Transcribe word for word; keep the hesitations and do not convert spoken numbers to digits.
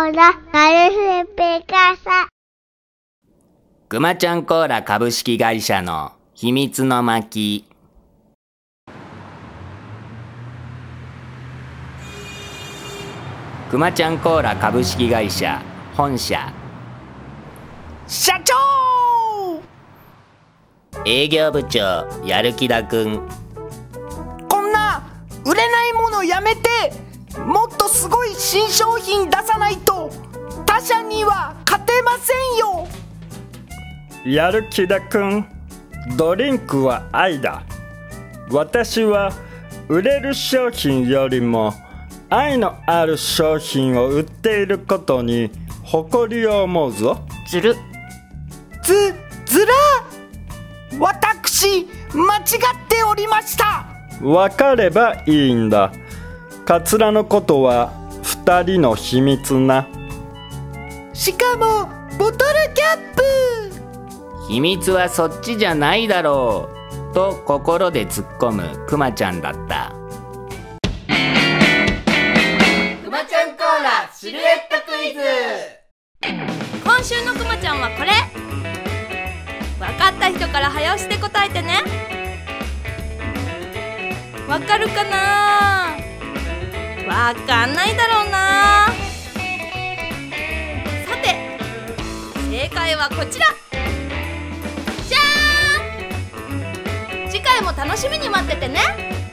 ーラマルフペカサ。 くまちゃんコーラ株式会社の秘密の巻。くまちゃんコーラ株式会社本社。 社長！ 営業部長やる気だくん。 こんな売れないものやめて、もっとすごい新商品出さないと他社には勝てませんよ。 やる気だくん、ドリンクは愛だ。私は売れる商品よりも愛のある商品を売っていることに誇りを思うぞ。 ずるずずら私間違っておりました。 分かればいいんだ。カツラのことは二人の秘密な。 しかもボトルキャップ。 秘密はそっちじゃないだろうと心で突っ込むくまちゃんだった。くまちゃんコーラシルエットクイズ。 今週のくまちゃんはこれ。分かった人から早押しで答えてね。わかるかな？わかんないだろうな。さて、正解はこちら。じゃーん！次回も楽しみに待っててね。